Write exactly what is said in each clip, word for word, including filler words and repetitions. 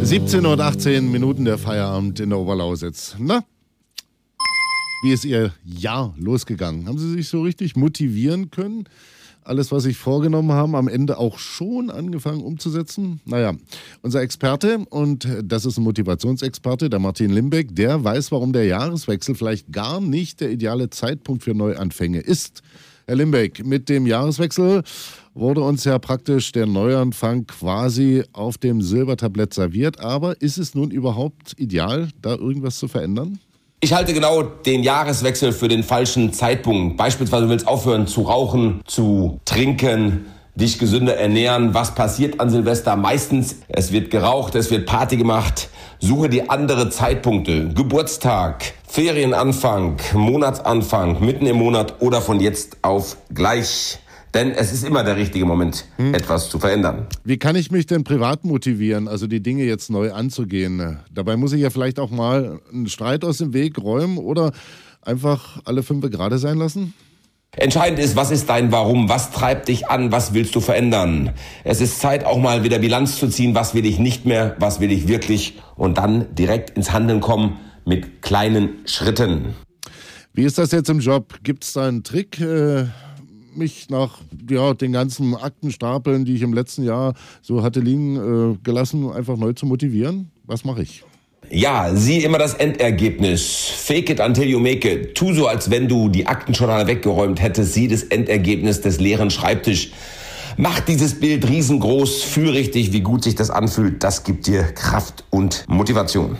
siebzehn Uhr achtzehn Minuten der Feierabend in der Oberlausitz. Na, wie ist Ihr Jahr losgegangen? Haben Sie sich so richtig motivieren können? Alles, was sich vorgenommen haben, am Ende auch schon angefangen umzusetzen? Naja, unser Experte, und das ist ein Motivationsexperte, der Martin Limbeck, der weiß, warum der Jahreswechsel vielleicht gar nicht der ideale Zeitpunkt für Neuanfänge ist. Herr Limbeck, mit dem Jahreswechsel wurde uns ja praktisch der Neuanfang quasi auf dem Silbertablett serviert. Aber ist es nun überhaupt ideal, da irgendwas zu verändern? Ich halte genau den Jahreswechsel für den falschen Zeitpunkt. Beispielsweise, du willst aufhören zu rauchen, zu trinken, dich gesünder ernähren. Was passiert an Silvester? Meistens, es wird geraucht, es wird Party gemacht. Suche dir andere Zeitpunkte. Geburtstag, Ferienanfang, Monatsanfang, mitten im Monat oder von jetzt auf gleich. Denn es ist immer der richtige Moment, hm. etwas zu verändern. Wie kann ich mich denn privat motivieren, also die Dinge jetzt neu anzugehen? Dabei muss ich ja vielleicht auch mal einen Streit aus dem Weg räumen oder einfach alle fünf gerade sein lassen? Entscheidend ist, was ist dein Warum? Was treibt dich an? Was willst du verändern? Es ist Zeit, auch mal wieder Bilanz zu ziehen. Was will ich nicht mehr? Was will ich wirklich? Und dann direkt ins Handeln kommen mit kleinen Schritten. Wie ist das jetzt im Job? Gibt es da einen Trick, äh mich nach ja, den ganzen Aktenstapeln, die ich im letzten Jahr so hatte liegen äh, gelassen, einfach neu zu motivieren? Was mache ich? Ja, sieh immer das Endergebnis. Fake it until you make it. Tu so, als wenn du die Akten schon alle weggeräumt hättest. Sieh das Endergebnis des leeren Schreibtischs. Mach dieses Bild riesengroß, fühl richtig, wie gut sich das anfühlt. Das gibt dir Kraft und Motivation.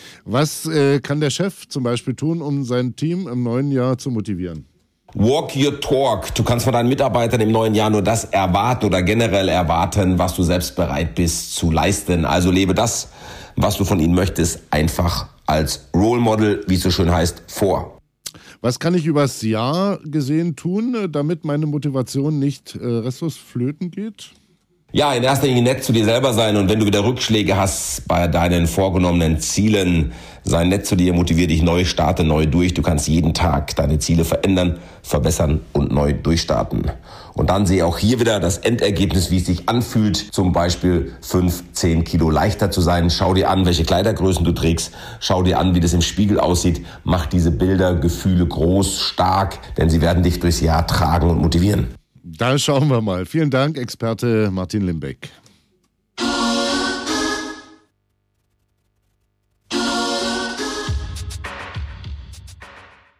Was äh, kann der Chef zum Beispiel tun, um sein Team im neuen Jahr zu motivieren? Walk your talk. Du kannst von deinen Mitarbeitern im neuen Jahr nur das erwarten oder generell erwarten, was du selbst bereit bist zu leisten. Also lebe das, was du von ihnen möchtest, einfach als Role Model, wie es so schön heißt, vor. Was kann ich übers Jahr gesehen tun, damit meine Motivation nicht äh, restlos flöten geht? Ja, in erster Linie nett zu dir selber sein, und wenn du wieder Rückschläge hast bei deinen vorgenommenen Zielen, sei nett zu dir, motivier dich neu, starte neu durch. Du kannst jeden Tag deine Ziele verändern, verbessern und neu durchstarten. Und dann sehe auch hier wieder das Endergebnis, wie es sich anfühlt, zum Beispiel fünf, zehn Kilo leichter zu sein. Schau dir an, welche Kleidergrößen du trägst. Schau dir an, wie das im Spiegel aussieht. Mach diese Bilder, Gefühle groß, stark, denn sie werden dich durchs Jahr tragen und motivieren. Da schauen wir mal. Vielen Dank, Experte Martin Limbeck.